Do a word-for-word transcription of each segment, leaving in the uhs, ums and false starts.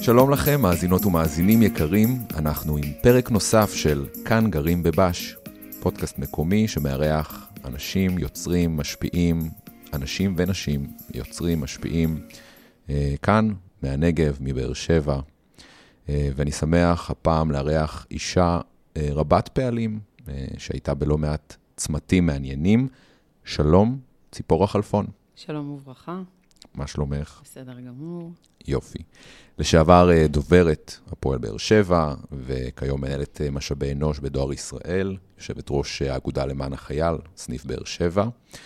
שלום לכם, מאזינות ומאזינים יקרים, אנחנו עם פרק נוסף של כאן גרים בבש, פודקאסט מקומי שמארח אנשים, יוצרים, משפיעים, אנשים ונשים, יוצרים, משפיעים, כאן מהנגב, מבאר שבע, ואני שמח הפעם לארח אישה רבת פעלים, שהייתה בלא מעט צמתים מעניינים. שלום, ציפורה חלפון. שלום וברכה. מה שלומך? בסדר גמור. יופי. לשעבר דוברת הפועל באר שבע, וכיום מנהלת משאבי אנוש בדואר ישראל, יושבת ראש האגודה למען החייל, סניף באר שבע.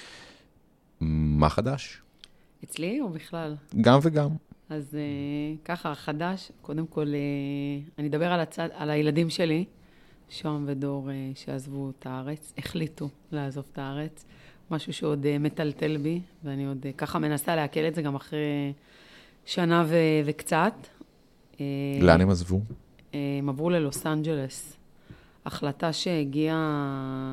מה חדש? אצלי או בכלל? גם וגם. אז uh, ככה, חדש, קודם כל, uh, אני אדבר על, הצד, על הילדים שלי, שום ודור uh, שעזבו את הארץ, החליטו לעזוב את הארץ, משהו שעוד uh, מטלטל בי, ואני עוד uh, ככה מנסה להקל את זה גם אחרי שנה ו- וקצת. לאן הם עזבו? Uh, הם עברו ללוס אנג'לס. החלטה שהגיעה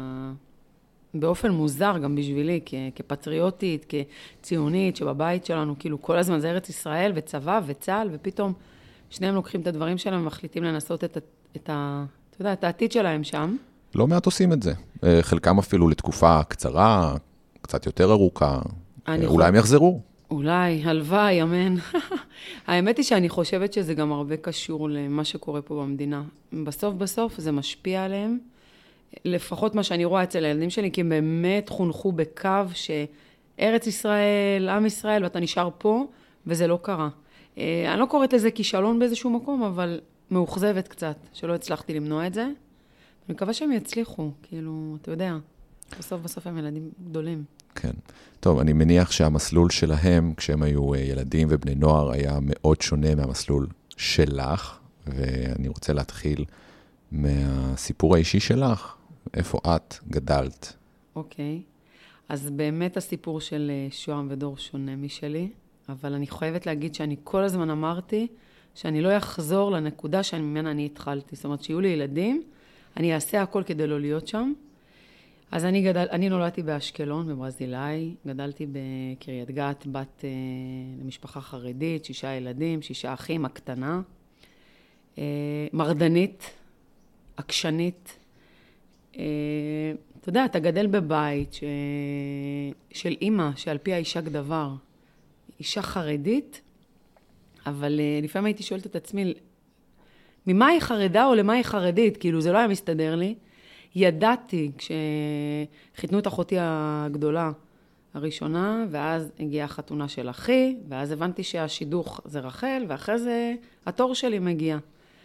באופן מוזר גם בשבילי, כ- כפטריוטית, כציונית, שבבית שלנו, כאילו כל הזמן זה ארץ ישראל וצבא וצהל, ופתאום שניהם לוקחים את הדברים שלהם ומחליטים לנסות את, ה- את, ה- אתה יודע, את העתיד שלהם שם. לא מעט עושים את זה. חלקם אפילו לתקופה קצרה, קצת יותר ארוכה. אולי חושב... הם יחזרו. אולי, הלוואי, אמן. האמת היא שאני חושבת שזה גם הרבה קשור למה שקורה פה במדינה. בסוף בסוף זה משפיע עליהם. לפחות מה שאני רואה אצל הילדים שלי, כי הם באמת חונכו בקו שארץ ישראל, עם ישראל, ואתה נשאר פה, וזה לא קרה. אני לא קוראת לזה כישלון באיזשהו מקום, אבל מאוכזבת קצת, שלא הצלחתי למנוע את זה. אני מקווה שהם יצליחו, כאילו, אתה יודע, בסוף בסוף הם ילדים גדולים. כן. טוב, אני מניח שהמסלול שלהם, כשהם היו ילדים ובני נוער, היה מאוד שונה מהמסלול שלך, ואני רוצה להתחיל מהסיפור האישי שלך. איפה את גדלת? אוקיי. אז באמת הסיפור של שועם ודור שונה משלי, אבל אני חייבת להגיד שאני כל הזמן אמרתי שאני לא אחזור לנקודה שממנה אני התחלתי. זאת אומרת, שיהיו לי ילדים, אני אעשה הכל כדי לא להיות שם. אז אני, גדל, אני נולדתי באשקלון, בברזילאי, גדלתי בקריית גת, בת אה, למשפחה חרדית, שישה ילדים, שישה אחים, הקטנה, אה, מרדנית, עקשנית. אה, אתה יודע, אתה גדל בבית ש... של אימא, שעל פי האישה גדבר, אישה חרדית, אבל אה, לפעמים הייתי שואלת את עצמי, ממה היא חרדה או למה היא חרדית? כאילו, זה לא היה מסתדר לי. ידעתי כשחיתנו את אחותי הגדולה הראשונה, ואז הגיעה החתונה של אחי, ואז הבנתי שהשידוך זה רחל, ואחרי זה התור שלי מגיע.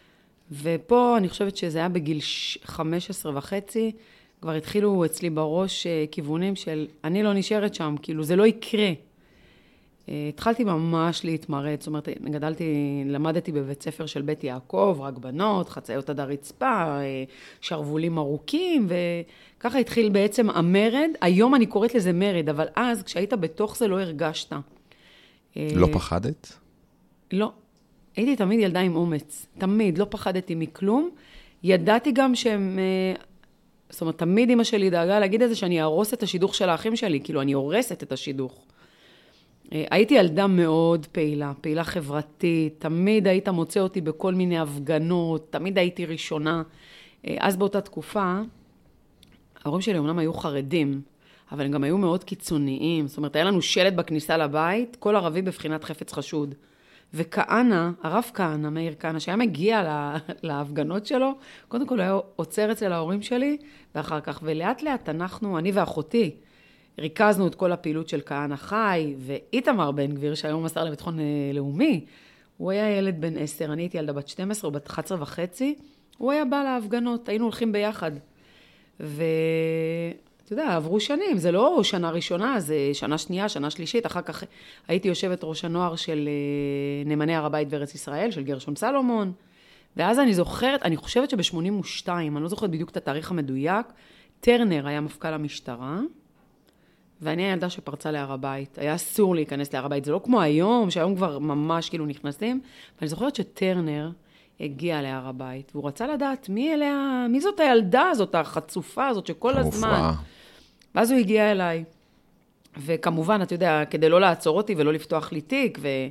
ופה אני חושבת שזה היה בגיל חמש עשרה וחצי, כבר התחילו אצלי בראש כיוונים של אני לא נשארת שם, כאילו זה לא יקרה. התחלתי ממש להתמרד, זאת אומרת, גדלתי, למדתי בבית ספר של בית יעקב, רק בנות, חצאיות עד הרצפה, שרבולים ארוכים, וככה התחיל בעצם המרד. היום אני קוראת לזה מרד, אבל אז כשהיית בתוך זה לא הרגשת. לא פחדת? לא. הייתי תמיד ילדה עם אומץ. תמיד, לא פחדתי מכלום. ידעתי גם שהם... זאת אומרת, תמיד אמא שלי דאגה להגיד את זה שאני ארוס את השידוך של האחים שלי, כאילו אני הורסת את השידוך. הייתי ילדה מאוד פעילה, פעילה חברתית, תמיד היית מוצא אותי בכל מיני הפגנות, תמיד הייתי ראשונה. אז באותה תקופה, ההורים שלי אומנם היו חרדים, אבל הם גם היו מאוד קיצוניים. זאת אומרת, היה לנו שלט בכניסה לבית, כל ערבי בבחינת חפץ חשוד. וכהנה, הרב כהנה, מאיר כהנה, שהיה מגיע לה, להפגנות שלו, קודם כל היה עוצר אצל ההורים שלי, ואחר כך, ולאט לאט אנחנו, אני ואחותי, ריכזנו את כל הפעילות של כהנה חי, ואיתמר בן גביר, שהיום מסר לביטחון לאומי, הוא היה ילד בן עשר, אני הייתי ילדה בת שתים עשרה או בת אחת עשרה וחצי, הוא היה בא להפגנות, היינו הולכים ביחד. ואתה יודע, עברו שנים, זה לא שנה ראשונה, זה שנה שנייה, שנה שלישית, אחר כך הייתי יושבת ראש הנוער של נאמני הר הבית וארץ ישראל, של גרשון סלומון, ואז אני זוכרת, אני חושבת שב-שמונים ושתיים, אני לא זוכרת בדיוק את התאריך המדויק, טרנר היה מפכ"ל המשטרה, ואני הילדה שפרצה להר הבית. היה אסור להיכנס להר הבית. זה לא כמו היום, שהיום כבר ממש כאילו נכנסים. ואני זוכרת שטרנר הגיע להר הבית, והוא רצה לדעת מי אליה, מי זאת הילדה הזאת, החצופה הזאת, שכל הזמן. ואז הוא הגיע אליי. וכמובן, אתה יודע, כדי לא לעצור אותי ולא לפתוח לי תיק,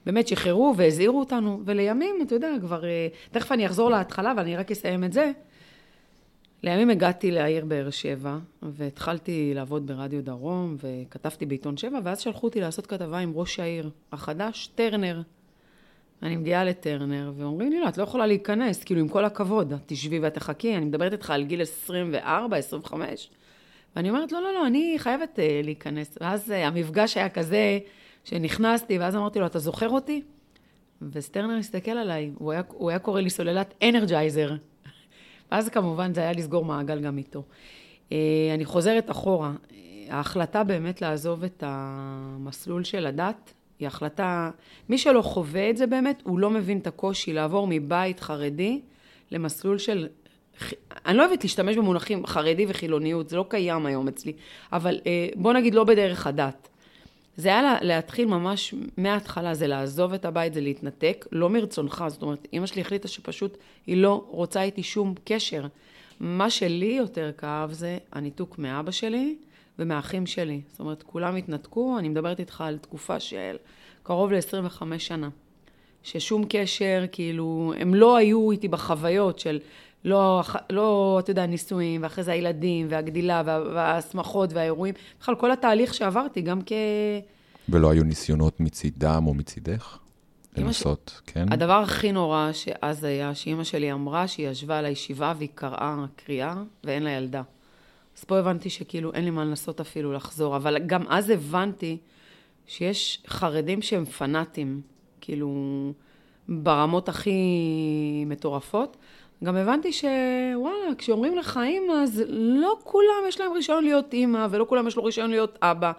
באמת שחררו והזהירו אותנו, ולימים, אתה יודע, כבר, תכף אני אחזור להתחלה, ואני רק אסיים את זה. לימים הגעתי לעיר באר שבע, והתחלתי לעבוד ברדיו דרום, וכתבתי בעיתון שבע, ואז שלחו אותי לעשות כתבה עם ראש העיר החדש, טרנר. אני מגיעה לטרנר, ואומרים לי, לא, את לא יכולה להיכנס, כאילו, עם כל הכבוד, את תשבי ואת תחכי, אני מדברת איתך על גיל עשרים וארבע, עשרים וחמש, ואני אומרת, לא, לא, לא, אני חייבת uh, להיכנס. ואז uh, המפגש היה כזה שנכנסתי, ואז אמרתי לו, אתה זוכר אותי? וסטרנר הסתכל עליי, הוא היה, הוא היה קורא לי סוללת אנרג'ייזר. ואז כמובן זה היה לסגור מעגל גם איתו. Uh, אני חוזרת אחורה. ההחלטה באמת לעזוב את המסלול של הדת, היא החלטה, מי שלא חווה את זה באמת, הוא לא מבין את הקושי לעבור מבית חרדי למסלול של, אני לא אוהבת להשתמש במונחים חרדי וחילוניות, זה לא קיים היום אצלי, אבל בוא נגיד לא בדרך הדת. זה היה להתחיל ממש מההתחלה, זה לעזוב את הבית, זה להתנתק, לא מרצונך, זאת אומרת, אמא שלי החליטה שפשוט היא לא רוצה איתי שום קשר. מה שלי יותר כאב זה הניתוק מאבא שלי, ומהאחים שלי. זאת אומרת, כולם התנתקו, אני מדברת איתך על תקופה של קרוב ל-עשרים וחמש שנה. ששום קשר, כאילו, הם לא היו איתי בחוויות של, לא, לא, אתה יודע, נישואים, ואחרי זה הילדים, והגדילה, וה, והשמחות, והאירועים. בכלל, כל התהליך שעברתי, גם כ... ולא היו ניסיונות מצידם או מצידך? לנסות, ש... כן? הדבר הכי נורא שאז היה, שאמא שלי אמרה, שהיא ישבה על הישיבה, והיא קראה קריאה, ואין לה ילדה. אז פה הבנתי שכאילו אין לי מה לנסות אפילו לחזור, אבל גם אז הבנתי שיש חרדים שהם פנאטים, כאילו ברמות הכי מטורפות. גם הבנתי שוואלה, כשאומרים לך אימא, אז לא כולם יש להם רישיון להיות אימא, ולא כולם יש לו רישיון להיות אבא.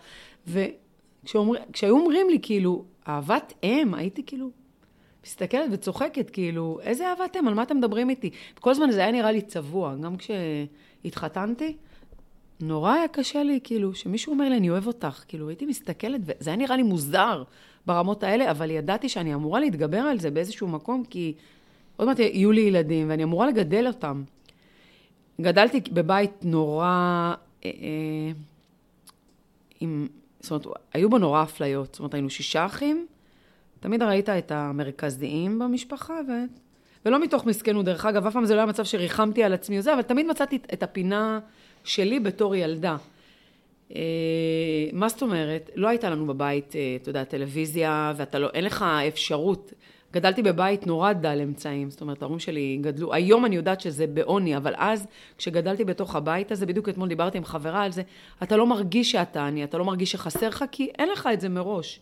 וכשהיו אומרים לי כאילו, אהבת אם, הייתי כאילו מסתכלת וצוחקת, כאילו, איזה אהבת אם, על מה אתם מדברים איתי? כל זמן זה היה נראה לי צבוע, גם כשהתחתנתי, נורא היה קשה לי, כאילו, שמישהו אומר לי, אני אוהב אותך, כאילו, הייתי מסתכלת, וזה היה נראה לי מוזר ברמות האלה, אבל ידעתי שאני אמורה להתגבר על זה באיזשהו מקום, כי עוד מעט יהיו לי ילדים, ואני אמורה לגדל אותם. גדלתי בבית נורא, אה, אה, עם, זאת אומרת, היו בו נורא אפליות, זאת אומרת, היינו שישה אחים, תמיד ראית את המרכזיים במשפחה, ו... ולא מתוך מסכנות, דרך אגב, אף פעם זה לא היה מצב שריחמתי על עצמי וזה, אבל תמיד מצאתי את הפינה שלי בתור ילדה. מה זאת אומרת? לא הייתה לנו בבית, אתה יודע, טלוויזיה, ואתה לא, אין לך אפשרות. גדלתי בבית נורא דל אמצעים, זאת אומרת, ההורים שלי גדלו, היום אני יודעת שזה בעוני, אבל אז, כשגדלתי בתוך הבית הזה, בדיוק אתמול דיברתי עם חברה על זה, אתה לא מרגיש שאתה עני, אתה לא מרגיש שחסר לך, כי אין לך את זה מראש.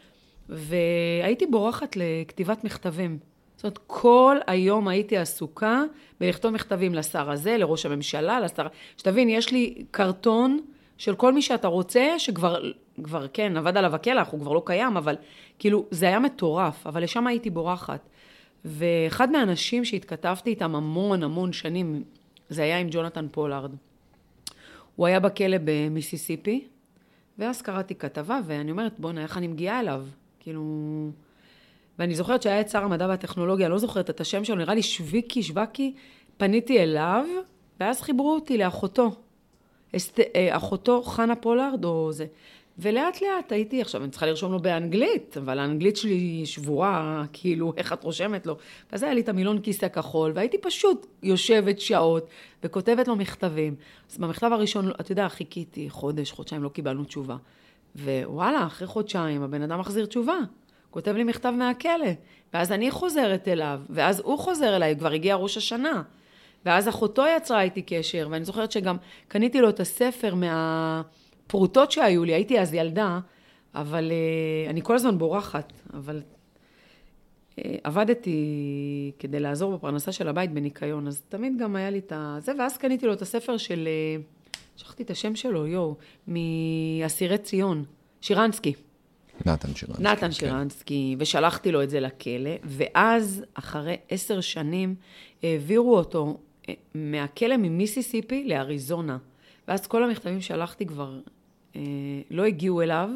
והייתי בורחת לכתיבת מכתבים. זאת אומרת, כל היום הייתי עסוקה בלכתוב מכתבים לשר הזה, לראש הממשלה, לשר... שתבין, יש לי קרטון של כל מי שאתה רוצה, שכבר, כבר, כן, עבד עליו הכלח, הוא כבר לא קיים, אבל כאילו, זה היה מטורף, אבל לשם הייתי בורחת. ואחד מהאנשים שהתכתבתי איתם המון המון שנים, זה היה עם ג'ונתן פולארד. הוא היה בכלא במיסיסיפי, ואז קראתי כתבה, ואני אומרת, בוא, איך אני מגיעה אליו? כאילו... ואני זוכרת שהיה את שר המדע והטכנולוגיה, אני לא זוכרת את השם שלו, נראה לי שווקי, שווקי, פניתי אליו, ואז חיברו אותי לאחותו. אסת, אחותו חנה פולארד או זה. ולאט לאט הייתי, עכשיו אני צריכה לרשום לו באנגלית, אבל האנגלית שלי שבורה, כאילו, איך את רושמת לו. ואז היה לי את המילון כיסא כחול, והייתי פשוט יושבת שעות, וכותבת לו מכתבים. אז במכתב הראשון, אתה יודע, חיכיתי חודש, חודשיים, לא קיבלנו תשובה. ווואלה, אחרי חודשיים, הבן אדם מחזיר תשובה. כותב לי מכתב מהכלא, ואז אני חוזרת אליו, ואז הוא חוזר אליי, כבר הגיע ראש השנה. ואז אחותו יצרה איתי קשר, ואני זוכרת שגם קניתי לו את הספר מהפרוטות שהיו לי, הייתי אז ילדה, אבל uh, אני כל הזמן בורחת, אבל uh, עבדתי כדי לעזור בפרנסה של הבית בניקיון, אז תמיד גם היה לי את זה, ואז קניתי לו את הספר של, uh, שכחתי את השם שלו, יו, מאסירי ציון, שירנסקי. נתן שירנסקי. נתן שירנסקי, ושלחתי לו את זה לכלא, ואז אחרי עשר שנים העבירו אותו מהכלא ממיסיסיפי לאריזונה. ואז כל המכתבים שלחתי כבר אה, לא הגיעו אליו.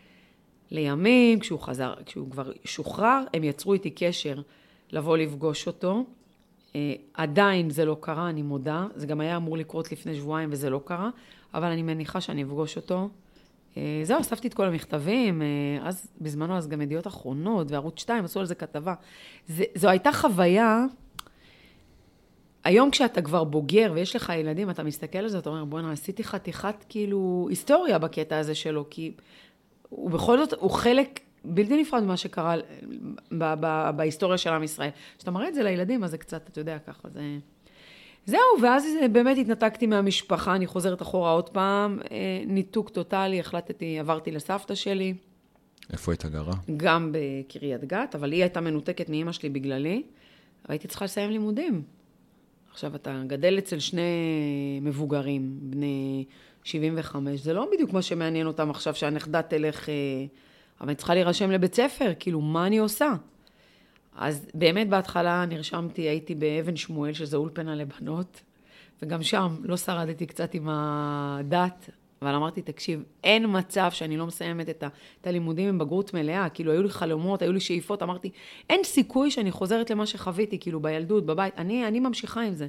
לימים, כשהוא חזר, כשהוא כבר שוחרר, הם יצרו איתי קשר לבוא לפגוש אותו. אה, עדיין זה לא קרה, אני מודה. זה גם היה אמור לקרות לפני שבועיים וזה לא קרה, אבל אני מניחה שאני אפגוש אותו זהו, אספתי את כל המכתבים, אז בזמנו אז גם ידיעות אחרונות, וערוץ שתיים עשו על זה כתבה. זה, זו הייתה חוויה, היום כשאתה כבר בוגר ויש לך ילדים, אתה מסתכל על זה, אתה אומר, בוא'נה, עשיתי חתיכת כאילו היסטוריה בקטע הזה שלו, כי הוא בכל זאת, הוא חלק בלתי נפרד ממה שקרה ב- ב- בהיסטוריה של עם ישראל. כשאתה מראה את זה לילדים, אז זה קצת, אתה יודע, ככה, זה... זהו, ואז באמת התנתקתי מהמשפחה, אני חוזרת אחורה עוד פעם, ניתוק טוטלי, החלטתי, עברתי לסבתא שלי. איפה היית גרה? גם בקריית גת, אבל היא הייתה מנותקת מאמא שלי בגללי, והייתי צריכה לסיים לימודים. עכשיו, אתה גדל אצל שני מבוגרים, בני שבעים וחמש, זה לא בדיוק מה שמעניין אותם עכשיו, שהנכדה תלך, אבל אני צריכה להירשם לבית ספר, כאילו, מה אני עושה? אז באמת בהתחלה נרשמתי, הייתי באבן שמואל, שזה אולפנה לבנות, וגם שם לא שרדתי קצת עם הדת, אבל אמרתי, תקשיב, אין מצב שאני לא מסיימת את, ה, את הלימודים עם בגרות מלאה, כאילו היו לי חלומות, היו לי שאיפות, אמרתי, אין סיכוי שאני חוזרת למה שחוויתי, כאילו בילדות, בבית, אני, אני ממשיכה עם זה.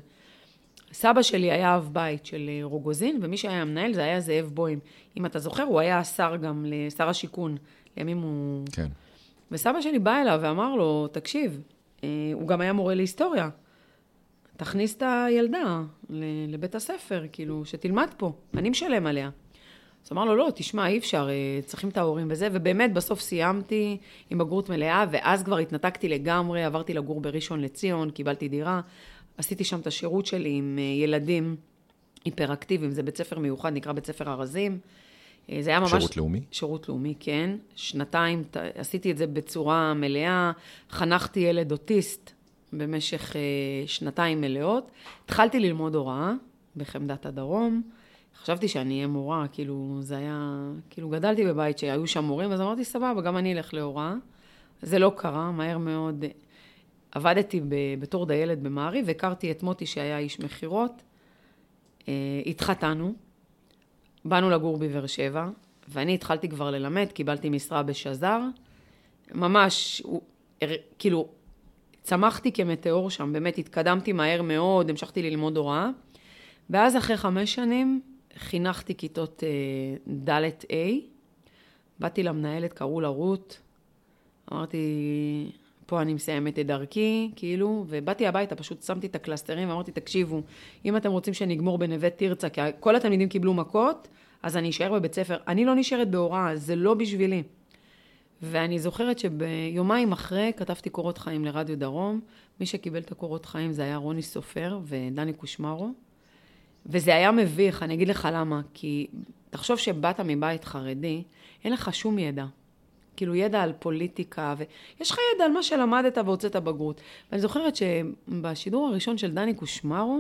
סבא שלי היה אב בית של רוגוזין, ומי שהיה המנהל זה היה זאב בוים. אם אתה זוכר, הוא היה שר גם, שר השיכון, לימים הוא... כן. וסבא שלי בא אליו ואמר לו, תקשיב, הוא גם היה מורה להיסטוריה, תכניס את הילדה לבית הספר, כאילו, שתלמד פה, אני משלם עליה. אז אמר לו, לא, תשמע, אי אפשר, צריכים את ההורים בזה, ובאמת בסוף סיימתי עם בגרות מלאה, ואז כבר התנתקתי לגמרי, עברתי לגור בראשון לציון, קיבלתי דירה, עשיתי שם את השירות שלי עם ילדים היפראקטיביים, זה בית ספר מיוחד, נקרא בית ספר ארזים, זה היה ממש... שירות לאומי? שירות לאומי, כן. שנתיים, עשיתי את זה בצורה מלאה, חנכתי ילד אוטיסט במשך שנתיים מלאות. התחלתי ללמוד הוראה בחמדת הדרום. חשבתי שאני אהיה מורה, כאילו זה היה... כאילו גדלתי בבית שהיו שם מורים, אז אמרתי, סבבה, גם אני אלך להוראה. זה לא קרה, מהר מאוד. עבדתי בתור דיילת במעריב, והכרתי את מוטי שהיה איש מחירות. התחתנו. באנו לגור בבאר שבע, ואני התחלתי כבר ללמד, קיבלתי משרה בשזר, ממש, כאילו, צמחתי כמטאור שם, באמת התקדמתי מהר מאוד, המשכתי ללמוד הוראה, ואז אחרי חמש שנים, חינכתי כיתות ד' A, באתי למנהלת, קראו לה רות, אמרתי, פה אני מסיימת את דרכי, כאילו, ובאתי הביתה, פשוט שמתי את הקלסטרים, ואמרתי, תקשיבו, אם אתם רוצים שנגמור בנווה תרצה, כי כל התלמידים קיבלו מכות, אז אני אשאר בבית ספר. אני לא נשארת בהוראה, זה לא בשבילי. ואני זוכרת שביומיים אחרי, כתבתי קורות חיים לרדיו דרום, מי שקיבל את הקורות חיים זה היה רוני סופר ודני קושמרו, וזה היה מביך, אני אגיד לך למה, כי תחשוב שבאת מבית חרדי, אין לך שום ידע. כאילו ידע על פוליטיקה, ויש לך ידע על מה שלמדת והוצאת בגרות. ואני זוכרת שבשידור הראשון של דני קושמרו,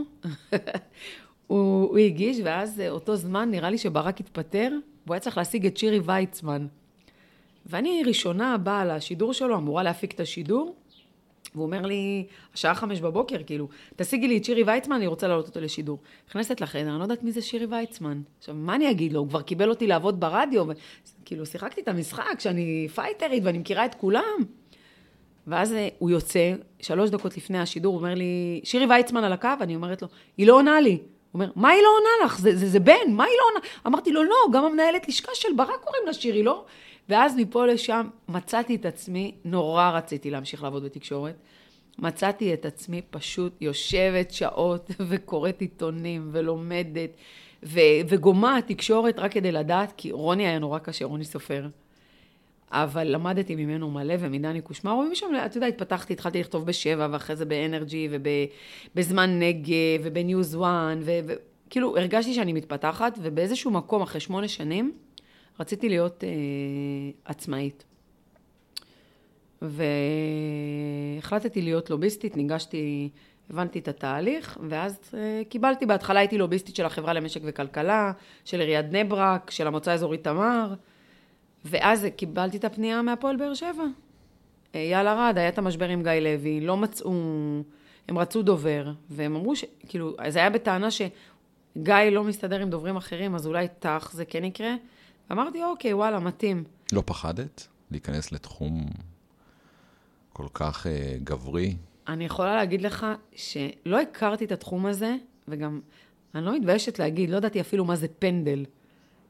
הוא, הוא הגיש, ואז אותו זמן נראה לי שברק התפטר, והוא היה צריך להשיג את שירי ויצמן. ואני ראשונה באה לשידור שלו, אמורה להפיק את השידור, והוא אומר לי, השעה חמש בבוקר, כאילו, תשיגי לי את שירי ויצמן, אני רוצה לעלות אותו לשידור. נכנסת לחדר, אני לא יודעת מי זה שירי ויצמן. עכשיו, מה אני אגיד לו? הוא כבר קיבל אותי לעבוד ברדיו, וכאילו, שיחקתי את המשחק, שאני פייטרית, ואני מכירה את כולם. ואז הוא יוצא, שלוש דקות לפני השידור, הוא אומר לי, שירי ויצמן על הקו, אני אומרת לו, היא לא עונה לי. הוא אומר, מה היא לא עונה לך? זה, זה, זה בן, מה היא לא עונה? אמרתי לו, לא, גם המנהלת לשכה של ברק קוראים לה שירי, לא? ואז מפה לשם מצאתי את עצמי, נורא רציתי להמשיך לעבוד בתקשורת, מצאתי את עצמי פשוט יושבת שעות וקוראת עיתונים ולומדת ו- וגומה תקשורת רק כדי לדעת, כי רוני היה נורא קשה, רוני סופר. אבל למדתי ממנו מלא ומדני קושמרו, ומשם, אתה יודע, התפתחתי, התחלתי לכתוב בשבע, ואחרי זה באנרג'י ובזמן נגב ובניוז וואן, וכאילו הרגשתי שאני מתפתחת, ובאיזשהו מקום אחרי שמונה שנים, רציתי להיות אה, עצמאית. והחלטתי להיות לוביסטית, ניגשתי, הבנתי את התהליך, ואז אה, קיבלתי, בהתחלה הייתי לוביסטית של החברה למשק וכלכלה, של עיריית בני ברק, של המועצה האזורית תמר, ואז קיבלתי את הפנייה מהפועל באר שבע. אה, יאללה רד, היה את המשבר עם גיא לוי, לא מצאו, הם רצו דובר, והם אמרו ש... כאילו, זה היה בטענה שגיא לא מסתדר עם דוברים אחרים, אז אולי תח, זה כן יקרה. אמרתי, אוקיי, וואלה, מתאים. לא פחדת להיכנס לתחום כל כך uh, גברי? אני יכולה להגיד לך שלא הכרתי את התחום הזה, וגם אני לא מתביישת להגיד, לא ידעתי אפילו מה זה פנדל.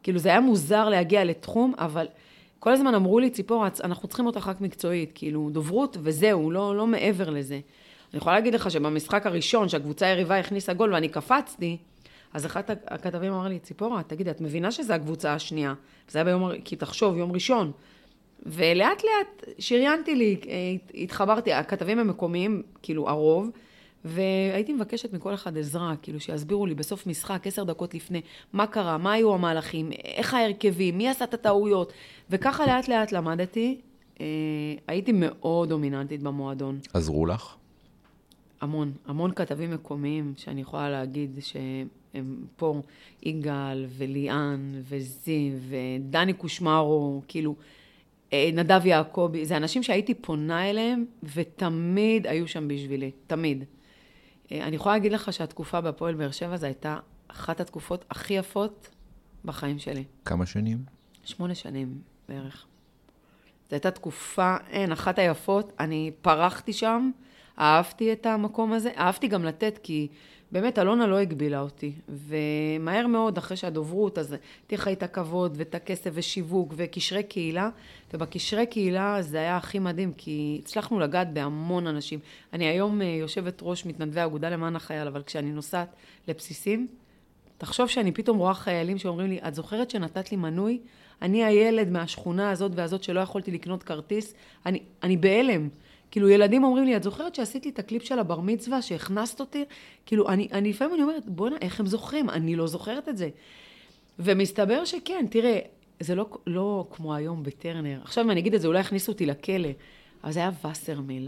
כאילו זה היה מוזר להגיע לתחום, אבל כל הזמן אמרו לי, ציפורה, אנחנו צריכים אותך רק מקצועית, כאילו דוברות וזהו, לא, לא מעבר לזה. אני יכולה להגיד לך שבמשחק הראשון, שהקבוצה היריבה הכניסה גול ואני קפצתי, אז אחת הכתבים אמר לי, ציפורה, תגידי, את מבינה שזה הקבוצה השנייה? וזה היה ביום, כי תחשוב, יום ראשון. ולאט לאט שריינתי לי, התחברתי, הכתבים המקומיים, כאילו הרוב, והייתי מבקשת מכל אחד עזרה, כאילו שיסבירו לי בסוף משחק, עשר דקות לפני, מה קרה, מה היו המהלכים, איך ההרכבים, מי עשה את הטעויות, וככה לאט לאט למדתי, הייתי מאוד דומיננטית במועדון. עזרו לך? המון, המון כתבים מקומיים, שאני יכולה להגיד שהם פה, יגאל וליאן וזיו ודני קושמרו, כאילו, נדב יעקובי, זה אנשים שהייתי פונה אליהם, ותמיד היו שם בשבילי, תמיד. אני יכולה להגיד לך שהתקופה בהפועל באר שבע, זו הייתה אחת התקופות הכי יפות בחיים שלי. כמה שנים? שמונה שנים בערך. זו הייתה תקופה, אין, אחת היפות, אני פרחתי שם, אהבתי את המקום הזה, אהבתי גם לתת, כי באמת אלונה לא הגבילה אותי, ומהר מאוד אחרי שהדוברות, אז תהיה את הכבוד ואת הכסף ושיווק וקשרי קהילה, ובקשרי קהילה זה היה הכי מדהים, כי הצלחנו לגעת בהמון אנשים. אני היום יושבת ראש מתנדבי האגודה למען החייל, אבל כשאני נוסעת לבסיסים, תחשוב שאני פתאום רואה חיילים שאומרים לי, את זוכרת שנתת לי מנוי? אני הילד מהשכונה הזאת והזאת שלא יכולתי לקנות כרטיס, אני, אני בהלם. כאילו ילדים אומרים לי, את זוכרת שעשית לי את הקליפ של הבר מצווה, שהכנסת אותי? כאילו, אני, אני לפעמים אני אומרת, בוא'נה, איך הם זוכרים? אני לא זוכרת את זה. ומסתבר שכן, תראה, זה לא, לא כמו היום בטרנר. עכשיו, אם אני אגיד את זה, אולי הכניסו אותי לכלא. אבל זה היה וסרמיל.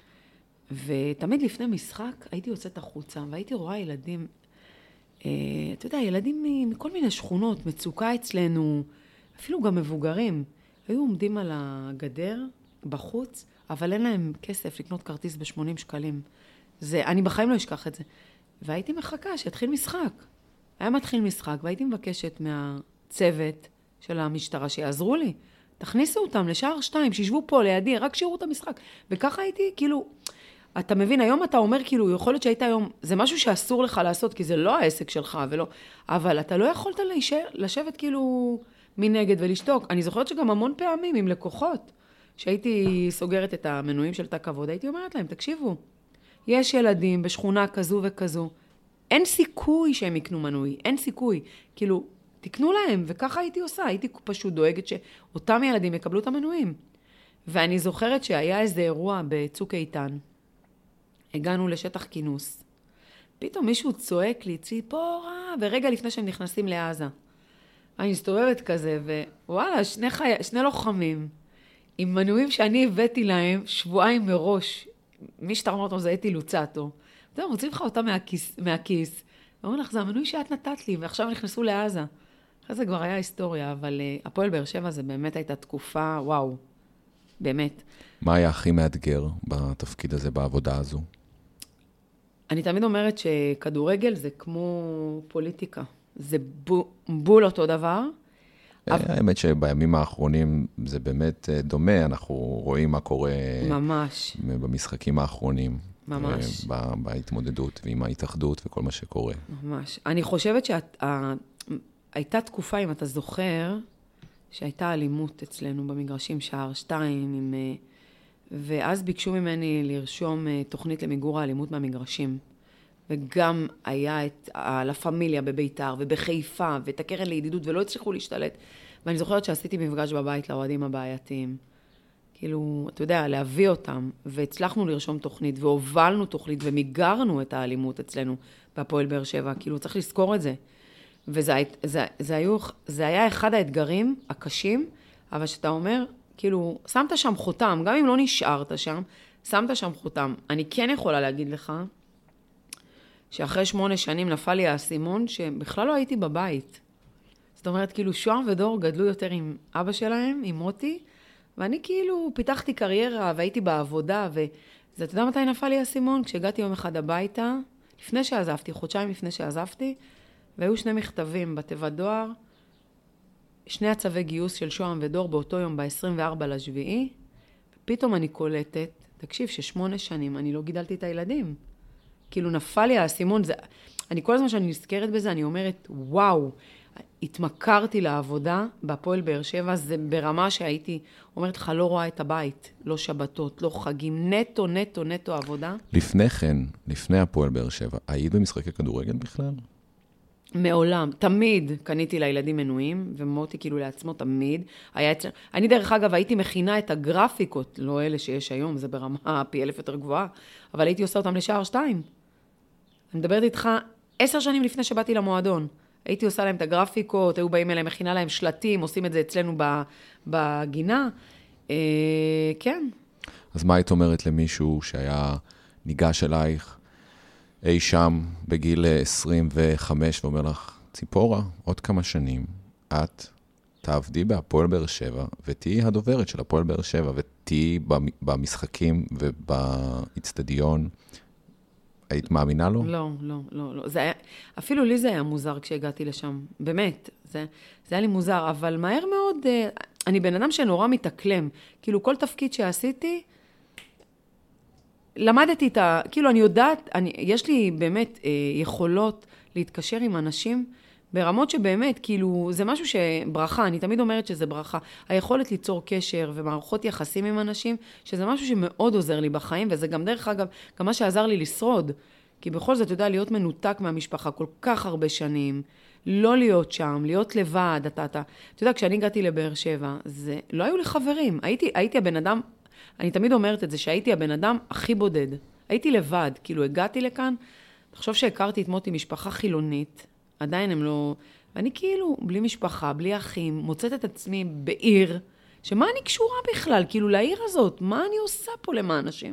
ותמיד לפני משחק, הייתי יוצאת החוצה, והייתי רואה ילדים, אה, אתה יודע, ילדים מכל מיני שכונות, מצוקה אצלנו, אפילו גם מבוגרים. היו עומדים על הגדר, בחוץ, אבל אין להם כסף לקנות כרטיס ב-שמונים שקלים. זה, אני בחיים לא אשכח את זה. והייתי מחכה שהתחיל משחק. היה מתחיל משחק, והייתי מבקשת מהצוות של המשטרה שיעזרו לי. תכניסו אותם לשער שתיים, שישבו פה לידי, רק שירו את המשחק. וככה הייתי, כאילו, אתה מבין, היום אתה אומר, כאילו, יכול להיות שהיית היום, זה משהו שאסור לך לעשות, כי זה לא העסק שלך, ולא, אבל אתה לא יכולת להישאר, לשבת כאילו מנגד ולשתוק. אני זוכרת שגם המון פעמים עם לקוחות, שהייתי סוגרת את המנויים של תא כבוד, הייתי אומרת להם, תקשיבו, יש ילדים בשכונה כזו וכזו, אין סיכוי שהם יקנו מנוי, אין סיכוי. כאילו, תקנו להם, וככה הייתי עושה, הייתי פשוט דואגת שאותם ילדים יקבלו את המנויים. ואני זוכרת שהיה איזה אירוע בצוק איתן, הגענו לשטח כינוס, פתאום מישהו צועק לי, ציפורה, ורגע לפני שהם נכנסים לעזה. אני מסתובבת כזה, ווואלה, שני, חי... שני לוחמים, עם מנויים שאני הבאתי להם שבועיים מראש, מי שתרמה אותם זה אתי לוצטו. אתה יודע, מוצאים לך אותם מהכיס, מהכיס. ואומרים לך, זה המנוי שאת נתת לי, ועכשיו נכנסו לעזה. אחרי זה כבר היה היסטוריה, אבל uh, הפועל באר שבע זה באמת הייתה תקופה, וואו, באמת. מה היה הכי מאתגר בתפקיד הזה, בעבודה הזו? אני תמיד אומרת שכדורגל זה כמו פוליטיקה. זה בול אותו דבר. האמת שבימים האחרונים זה באמת דומה, אנחנו רואים מה קורה ממש. במשחקים האחרונים. ממש. בהתמודדות ועם ההתאחדות וכל מה שקורה. ממש. אני חושבת שהייתה תקופה, אם אתה זוכר, שהייתה אלימות אצלנו במגרשים שער שתיים, עם, ואז ביקשו ממני לרשום תוכנית למיגור האלימות מהמגרשים. וגם היה את לה פמיליה בביתר ובחיפה ואת הקרן לידידות, ולא הצליחו להשתלט. ואני זוכרת שעשיתי מפגש בבית לאוהדים הבעייתיים. כאילו, אתה יודע, להביא אותם, והצלחנו לרשום תוכנית, והובלנו תוכנית, ומיגרנו את האלימות אצלנו בהפועל באר שבע. כאילו, צריך לזכור את זה. וזה זה, זה היו, זה היה אחד האתגרים הקשים, אבל שאתה אומר, כאילו, שמת שם חותם, גם אם לא נשארת שם, שמת שם חותם. אני כן יכולה להגיד לך, שאחרי שמונה שנים נפל לי האסימון, שבכלל לא הייתי בבית. זאת אומרת, כאילו, שוהם ודור גדלו יותר עם אבא שלהם, עם מוטי, ואני כאילו פיתחתי קריירה, והייתי בעבודה, וזה, אתה יודע מתי נפל לי האסימון? כשהגעתי יום אחד הביתה, לפני שעזבתי, חודשיים לפני שעזבתי, והיו שני מכתבים בתיבת דואר, שני הצווי גיוס של שוהם ודור באותו יום, ב-עשרים וארבעה לשביעי, ופתאום אני קולטת, תקשיב, ששמונה שנים אני לא גידלתי את הילדים. כאילו נפל לי האסימון, זה, אני כל הזמן שאני נזכרת בזה, אני אומרת, וואו, התמכרתי לעבודה בהפועל באר שבע, זה ברמה שהייתי אומרת לך, לא רואה את הבית, לא שבתות, לא חגים, נטו, נטו, נטו עבודה. לפני כן, לפני הפועל באר שבע, היית במשחקי כדורגל בכלל? מעולם, תמיד קניתי לילדים מנויים, ומותי כאילו לעצמו תמיד. היה אצל... אני דרך אגב הייתי מכינה את הגרפיקות, לא אלה שיש היום, זה ברמה פי אלף יותר גבוהה, אבל הייתי עושה אותם לשער שתיים. אני מדברת איתך עשר שנים לפני שבאתי למועדון. הייתי עושה להם את הגרפיקות, היו באים אליהם, מכינה להם שלטים, עושים את זה אצלנו בגינה. אה, כן. אז מה היית אומרת למישהו שהיה ניגש אלייך, אי שם בגיל עשרים וחמש, ואומר לך, ציפורה, עוד כמה שנים, את תעבדי בהפועל באר שבע, ותהי הדוברת של הפועל באר שבע, ותהי במשחקים ובאצטדיון. היית מאמינה לו? לא, לא, לא, לא. זה היה, אפילו לי זה היה מוזר כשהגעתי לשם. באמת, זה, זה היה לי מוזר, אבל מהר מאוד, אני בן אדם שנורא מתאקלם. כאילו, כל תפקיד שעשיתי, למדתי את ה... כאילו, אני יודעת, אני, יש לי באמת אה, יכולות להתקשר עם אנשים ברמות שבאמת, כאילו, זה משהו שברכה, אני תמיד אומרת שזה ברכה. היכולת ליצור קשר ומערכות יחסים עם אנשים, שזה משהו שמאוד עוזר לי בחיים, וזה גם דרך אגב, גם מה שעזר לי לשרוד. כי בכל זאת, אתה יודע, להיות מנותק מהמשפחה כל כך הרבה שנים, לא להיות שם, להיות לבד, אתה, אתה, אתה יודע, כשאני הגעתי לבאר שבע, זה, לא היו לי חברים. הייתי, הייתי הבן אדם, אני תמיד אומרת את זה, שהייתי הבן אדם הכי בודד. הייתי לבד, כאילו הגעתי לכאן, תחשוב שהכרתי את מותי משפחה חילונית, עדיין הם לא... ואני כאילו, בלי משפחה, בלי אחים, מוצאת את עצמי בעיר, שמה אני קשורה בכלל? כאילו, לעיר הזאת, מה אני עושה פה למען אנשים?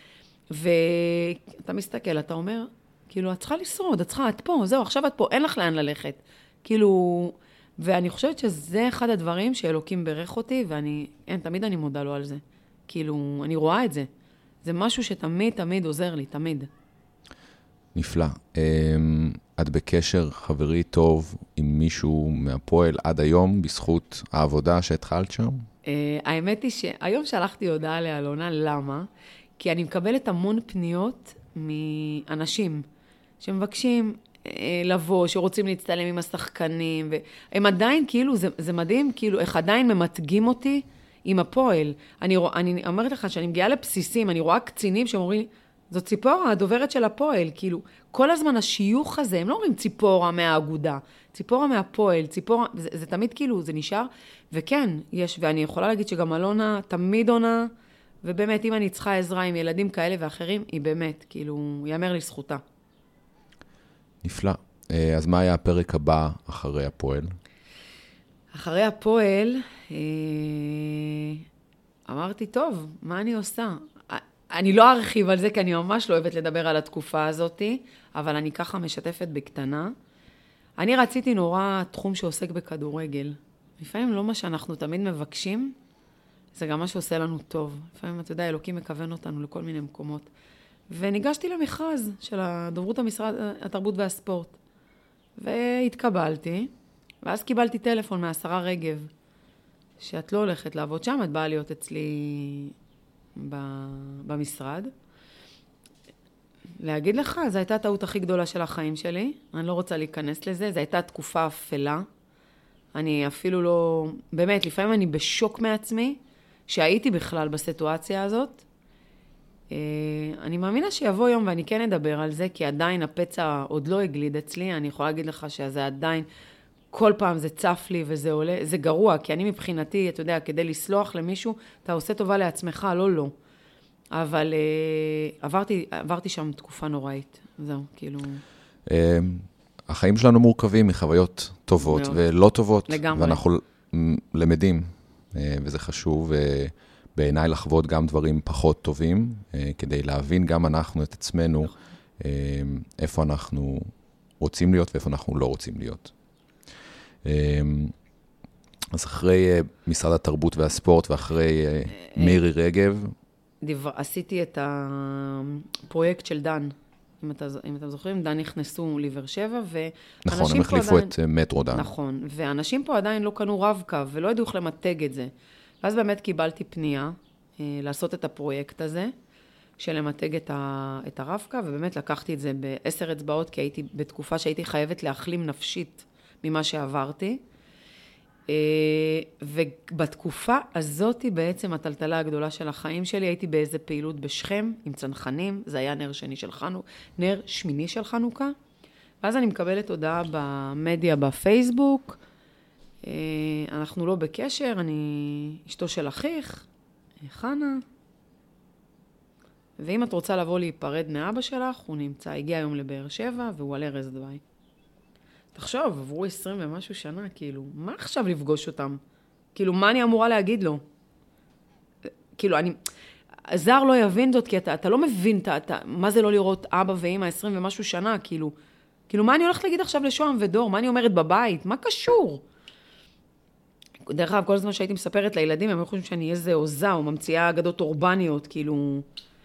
ואתה מסתכל, אתה אומר, כאילו, את צריכה לשרוד, את צריכה, את פה, זהו, עכשיו את פה, אין לך לאן ללכת. כאילו, ואני חושבת שזה אחד הדברים שאלוקים ברך אותי, ואני, אין, תמיד אני מודה לו על זה. כאילו, אני רואה את זה. זה משהו שתמיד, תמיד עוזר לי, תמיד. נפלא. את בקשר חברי טוב עם מישהו מהפועל עד היום, בזכות העבודה שהתחלת שם? האמת היא שהיום שלחתי הודעה לאלונה, למה? כי אני מקבלת המון פניות מאנשים שמבקשים לבוא, שרוצים להצטלם עם השחקנים, והם עדיין, כאילו, זה, זה מדהים, כאילו, איך עדיין ממתגים אותי עם הפועל. אני, אני אומרת לך שאני מגיעה לבסיסים, אני רואה קצינים שאומרים, זאת ציפורה, הדוברת של הפועל, כאילו, כל הזמן השיוך הזה, הם לא אומרים ציפורה מהאגודה, ציפורה מהפועל, ציפורה, זה, זה תמיד כאילו, זה נשאר, וכן, יש, ואני יכולה להגיד שגם אלונה תמיד עונה, ובאמת, אם אני צריכה עזרה עם ילדים כאלה ואחרים, היא באמת, כאילו, יאמר לי זכותה. נפלא. אז מה היה הפרק הבא אחרי הפועל? אחרי הפועל, אמרתי, טוב, מה אני עושה? אני לא ארחיב על זה, כי אני ממש לא אוהבת לדבר על התקופה הזאת, אבל אני ככה משתפת בקטנה. אני רציתי נורא תחום שעוסק בכדורגל. לפעמים לא מה שאנחנו תמיד מבקשים, זה גם מה שעושה לנו טוב. לפעמים, אתה יודע, אלוקים מכוון אותנו לכל מיני מקומות. וניגשתי למכרז של הדוברות המשרד, התרבות והספורט. והתקבלתי, ואז קיבלתי טלפון מהשרה רגב, שאת לא הולכת לעבוד שם, את באה להיות אצלי במשרד. להגיד לך, זו הייתה הטעות הכי גדולה של החיים שלי. אני לא רוצה להיכנס לזה, זו הייתה תקופה אפלה. אני אפילו לא... באמת, לפעמים אני בשוק מעצמי, שהייתי בכלל בסיטואציה הזאת. אני מאמינה שיבוא יום ואני כן אדבר על זה, כי עדיין הפצע עוד לא הגליד אצלי. אני יכולה להגיד לך שזה עדיין, כל פעם זה צף לי וזה עולה. זה גרוע, כי אני מבחינתי, אתה יודע, כדי לסלוח למישהו, אתה עושה טובה לעצמך, לא, לא. אבל עברתי, עברתי שם תקופה נוראית. זהו, כאילו... החיים שלנו מורכבים מחוויות טובות ולא טובות. לגמרי. ואנחנו למדים, וזה חשוב, בעיניי לחוות גם דברים פחות טובים, כדי להבין גם אנחנו את עצמנו, איפה אנחנו רוצים להיות ואיפה אנחנו לא רוצים להיות. אז אחרי משרד התרבות והספורט ואחרי מירי רגב... עשיתי את הפרויקט של דן. אם אתה, אם אתם זוכרים, דן נכנסו לבאר שבע, נכון, הם החליפו את מטרו דן. נכון, ואנשים פה עדיין לא קנו רב-קו, ולא ידעו איך למתג את זה. ואז באמת קיבלתי פנייה אה, לעשות את הפרויקט הזה, של למתג את, ה, את הרבקה, ובאמת לקחתי את זה בעשר אצבעות, כי הייתי בתקופה שהייתי חייבת להחלים נפשית ממה שעברתי. ובתקופה הזאת בעצם הטלטלה הגדולה של החיים שלי, הייתי באיזה פעילות בשכם עם צנחנים, זה היה נר שני של חנוכה, נר שמיני של חנוכה, ואז אני מקבלת הודעה במדיה בפייסבוק, אנחנו לא בקשר, אני אשתו של אחיך, חנה, ואם את רוצה לבוא להיפרד מאבא שלך, הוא נמצא, הגיע היום לבאר שבע, והוא על ערש דווי. תחשוב, עברו עשרים ומשהו שנה, כאילו, מה עכשיו לפגוש אותם? כאילו, מה אני אמורה להגיד לו? כאילו, אני... הזר לא יבין זאת, כי אתה, אתה לא מבין אתה, אתה, מה זה לא לראות אבא ואמא עשרים ומשהו שנה, כאילו, כאילו, מה אני הולכת להגיד עכשיו לשוהם ודור? מה אני אומרת בבית? מה קשור? דרך אגב, כל הזמן שהייתי מספרת לילדים, הם חושבים שאני איזה עוזה, או ממציאה אגדות אורבניות, כאילו...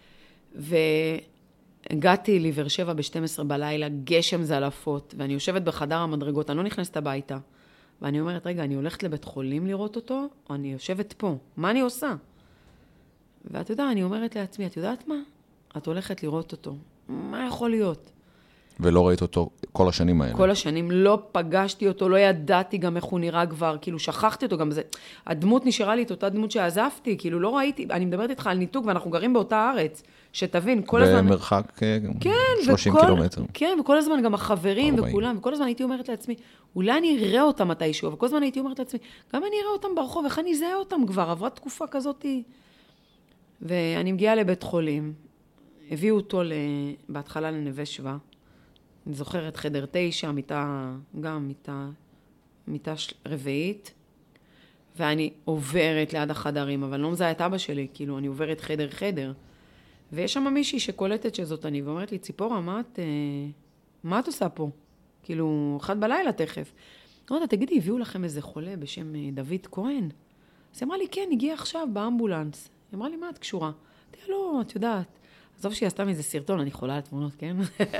והגעתי לבאר שבע ב-שתים עשרה בלילה, גשם זלפות, ואני יושבת בחדר המדרגות, אני לא נכנסת הביתה. ואני אומרת, רגע, אני הולכת לבית חולים לראות אותו, או אני יושבת פה? מה אני עושה? ואת יודעת, אני אומרת לעצמי, את יודעת מה? את הולכת לראות אותו. מה יכול להיות? ולא ראית אותו כל השנים האלה. כל השנים לא פגשתי אותו, לא ידעתי גם איך הוא נראה כבר, כאילו שכחתי אותו גם זה. הדמות נשארה לי את אותה דמות שעזבתי, כאילו לא ראיתי, אני מדברת איתך על ניתוק ואנחנו גרים באותה ארץ, שתבין, כל הזמן... במרחק כן, שלושים וכל, קילומטר. כן, וכל הזמן גם החברים ארבעים. וכולם, וכל הזמן הייתי אומרת לעצמי, אולי אני אראה אותם מתישהו, וכל הזמן הייתי אומרת לעצמי, גם אני אראה אותם ברחוב, איך אני אזהה אותם כבר, עברה תקופה כזאת. ואני מגיעה לבית חולים, הביאו אותו בהתחלה לנווה שבא, אני זוכרת חדר תשע, מיטה, גם מיטה, מיטה רביעית, ואני עוברת ליד החדרים, אבל לא מזהה את אבא שלי, כאילו, אני עוברת חדר חדר, ויש שם מישהי שקולטת שזאת אני, ואומרת לי, ציפורה, מה את, מה את עושה פה? כאילו, אחד בלילה תכף. לא יודע, תגידי, הביאו לכם איזה חולה בשם דוד כהן? אז היא אמרה לי, כן, הגיע עכשיו באמבולנס. היא אמרה לי, מה את קשורה? אמרתי, לא, את יודעת. עזוב שהיא עשתה מזה סרטון, אני חולה על תמונות, כן?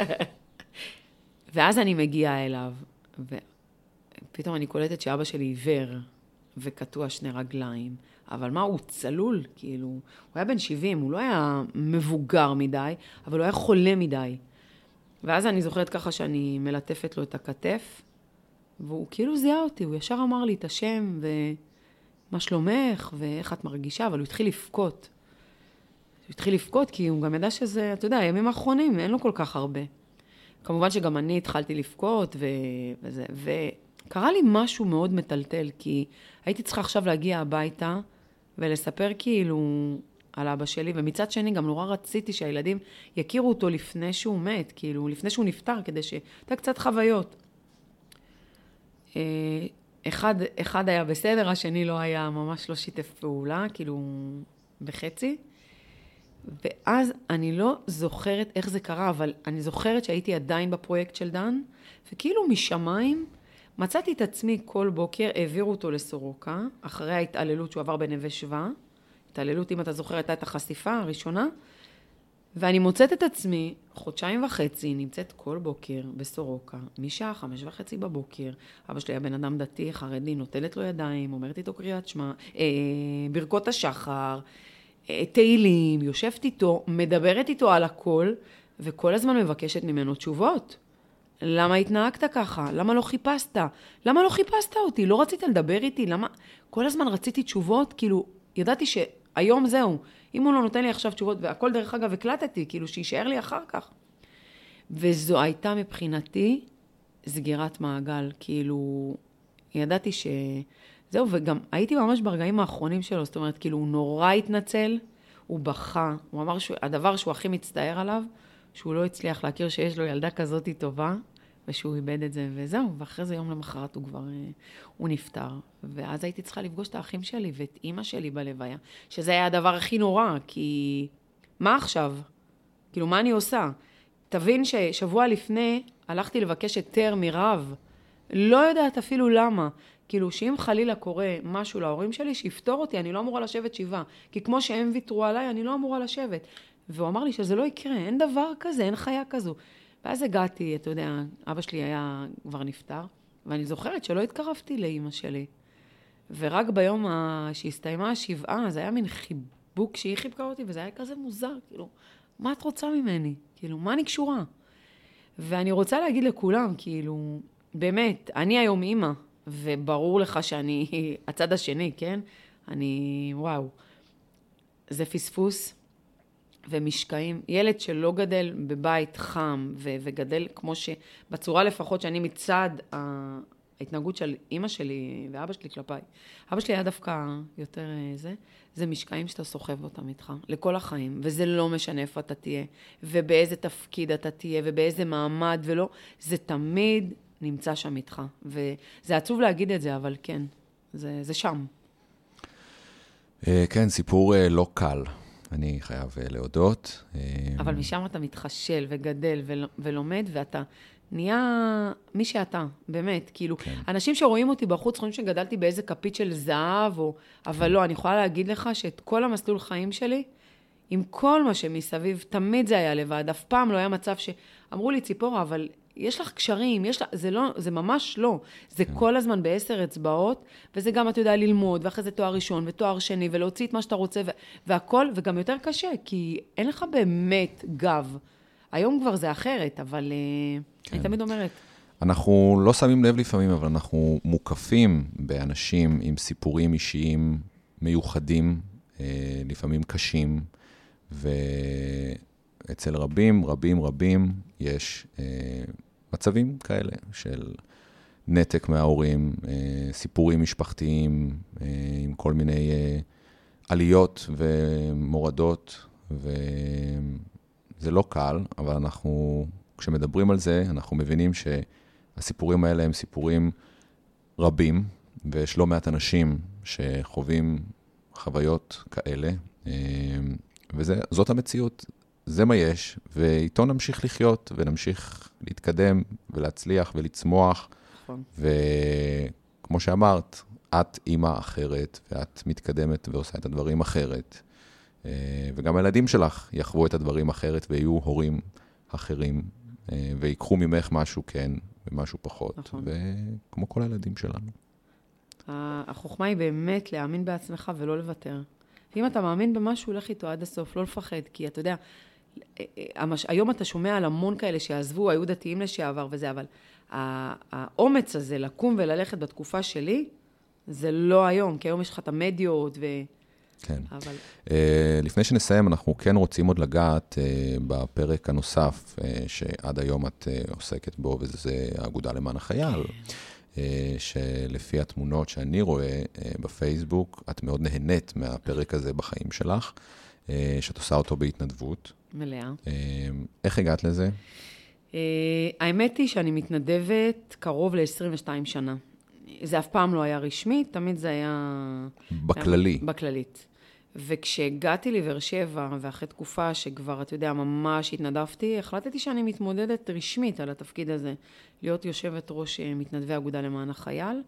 ואז אני מגיעה אליו, ופתאום אני קולטת שאבא שלי עיוור, וקטוע שני רגליים. אבל מה, הוא צלול, כאילו, הוא היה בן שבעים, הוא לא היה מבוגר מדי, אבל הוא היה חולה מדי. ואז אני זוכרת ככה שאני מלטפת לו את הכתף, והוא כאילו זיהה אותי, הוא ישר אמר לי את השם, ומה שלומך, ואיך את מרגישה, אבל הוא התחיל לפקות. הוא התחיל לפקות, כי הוא גם ידע שזה, אתה יודע, הימים האחרונים, אין לו כל כך הרבה. כמובן שגם אני התחלתי לפקות, ו... וזה, וקרה לי משהו מאוד מטלטל, כי הייתי צריכה עכשיו להגיע הביתה, ולספר כאילו על אבא שלי, ומצד שני גם נורא רציתי שהילדים יכירו אותו לפני שהוא מת, כאילו לפני שהוא נפטר, כדי שאתה קצת חוויות. אחד, אחד היה בסדר, השני לא היה, ממש לא שיתף פעולה, כאילו בחצי. ואז אני לא זוכרת איך זה קרה, אבל אני זוכרת שהייתי עדיין בפרויקט של דן, וכאילו משמיים מצאתי את עצמי כל בוקר, העבירו אותו לסורוקה, אחרי ההתעללות שהוא עבר בנווה שבא, התעללות, אם אתה זוכר, הייתה את החשיפה הראשונה, ואני מוצאת את עצמי חודשיים וחצי, נמצאת כל בוקר בסורוקה, משעה חמש וחצי בבוקר, אבא שלי היה בן אדם דתי, חרדי, נוטלת לו ידיים, אומרת איתו קריאת שמע, אה, ברכות השחר, אה, תהילים, יושבת איתו, מדברת איתו על הכל, וכל הזמן מבקשת ממנו תשובות. למה התנהגת ככה? למה לא חיפשת? למה לא חיפשת אותי? לא רצית לדבר איתי? למה? כל הזמן רציתי תשובות, כאילו, ידעתי שהיום זהו. אם הוא לא נותן לי עכשיו תשובות, והכל דרך אגב הקלטתי, כאילו שישאר לי אחר כך. וזו הייתה מבחינתי סגירת מעגל, כאילו, ידעתי ש... זהו, וגם הייתי ממש ברגעים האחרונים שלו, זאת אומרת, כאילו, הוא נורא התנצל, הוא בכה, הוא אמר שהדבר שהוא הכי מצטער עליו, שהוא לא הצליח להכיר שיש לו ילדה כזאת טובה, ושהוא איבד את זה, וזהו, ואחרי זה יום למחרת הוא כבר, הוא נפטר. ואז הייתי צריכה לפגוש את האחים שלי ואת אמא שלי בלוויה, שזה היה הדבר הכי נורא, כי מה עכשיו? כאילו, מה אני עושה? תבין ששבוע לפני הלכתי לבקש היתר מרב, לא יודעת אפילו למה, כאילו שאם חלילה קורה משהו להורים שלי, שיפתור אותי, אני לא אמורה לשבת שבעה, כי כמו שהם ויתרו עליי, אני לא אמורה לשבת. והוא אמר לי שזה לא יקרה, אין דבר כזה, אין חיה כזו. ואז הגעתי, אתה יודע, אבא שלי היה כבר נפטר, ואני זוכרת שלא התקרבתי לאמא שלי. ורק ביום שהסתיימה השבעה, זה היה מין חיבוק שהיא חיבקה אותי, וזה היה כזה מוזר, כאילו, מה את רוצה ממני? כאילו, מה אני קשורה? ואני רוצה להגיד לכולם, כאילו, באמת, אני היום אימא, וברור לך שאני הצד השני, כן? אני, וואו, זה פספוס ומשקעים. ילד שלא גדל בבית חם ו- וגדל כמו ש... בצורה לפחות שאני מצד ההתנהגות של אימא שלי ואבא שלי כלפיי. אבא שלי היה דווקא יותר זה. זה משקעים שאתה סוחב אותם איתך לכל החיים, וזה לא משנה איפה אתה תהיה, ובאיזה תפקיד אתה תהיה, ובאיזה מעמד, ולא, זה תמיד נמצא שם איתך. וזה עצוב להגיד את זה, אבל כן, זה, זה שם. כן, סיפור לא קל, אני חייב להודות. אבל משם אתה מתחשל וגדל ולומד, ואתה נהיה מי שאתה, באמת, כאילו, כן. אנשים שרואים אותי בחוץ, חושבים שגדלתי באיזה כפית של זהב, או... אבל כן. לא, אני יכולה להגיד לך שאת כל המסלול חיים שלי, עם כל מה שמסביב, תמיד זה היה לבד, אף פעם לא היה מצב שאמרו לי, ציפורה, אבל יש לך קשרים, יש לך... זה לא, זה ממש לא, זה כן. כל הזמן בעשר אצבעות, וזה גם, אתה יודע, ללמוד, ואחרי זה תואר ראשון, ותואר שני, ולהוציא את מה שאתה רוצה, ו... והכל, וגם יותר קשה, כי אין לך באמת גב. היום כבר זה אחרת, אבל כן. אני תמיד אומרת. אנחנו לא שמים לב לפעמים, אבל אנחנו מוקפים באנשים עם סיפורים אישיים מיוחדים, לפעמים קשים, ואצל רבים, רבים, רבים, יש מצבים כאלה של נתק מההורים, סיפורים משפחתיים, עם כל מיני עליות ומורדות, ו... זה לא קל, אבל אנחנו, כשמדברים על זה, אנחנו מבינים שהסיפורים האלה הם סיפורים רבים, ויש לא מעט אנשים שחווים חוויות כאלה, וזאת המציאות, זה מה יש, ואיתו נמשיך לחיות, ונמשיך להתקדם, ולהצליח, ולצמוח, נכון. וכמו שאמרת, את אימא אחרת, ואת מתקדמת ועושה את הדברים אחרת, וגם הילדים שלך יחוו את הדברים אחרת, ויהיו הורים אחרים, ויקחו ממך משהו כן, ומשהו פחות, נכון. וכמו כל הילדים שלנו. החוכמה היא באמת להאמין בעצמך ולא לוותר. אם אתה מאמין במשהו, לך איתו עד הסוף, לא לפחד, כי אתה יודע, היום אתה שומע על המון כאלה שעזבו, היו דתיים לשעבר וזה, אבל האומץ הזה לקום וללכת בתקופה שלי, זה לא היום, כי היום יש לך את המדיות ו... כן. אבל... Uh, לפני שנסיים, אנחנו כן רוצים עוד לגעת uh, בפרק הנוסף, uh, שעד היום את uh, עוסקת בו, וזה האגודה למען החייל, uh, שלפי התמונות שאני רואה uh, בפייסבוק, את מאוד נהנית מהפרק הזה בחיים שלך, uh, שאת עושה אותו בהתנדבות. מלאה. Uh, איך הגעת לזה? Uh, האמת היא שאני מתנדבת קרוב ל-עשרים ושתיים שנה. זה אף פעם לא היה רשמי, תמיד זה היה... בכללי. בכללית. וכשהגעתי לבאר שבע, ואחרי תקופה שכבר, אתה יודע, ממש התנדבתי, החלטתי שאני מתמודדת רשמית על התפקיד הזה, להיות יושבת ראש מתנדבי אגודה למען החייל.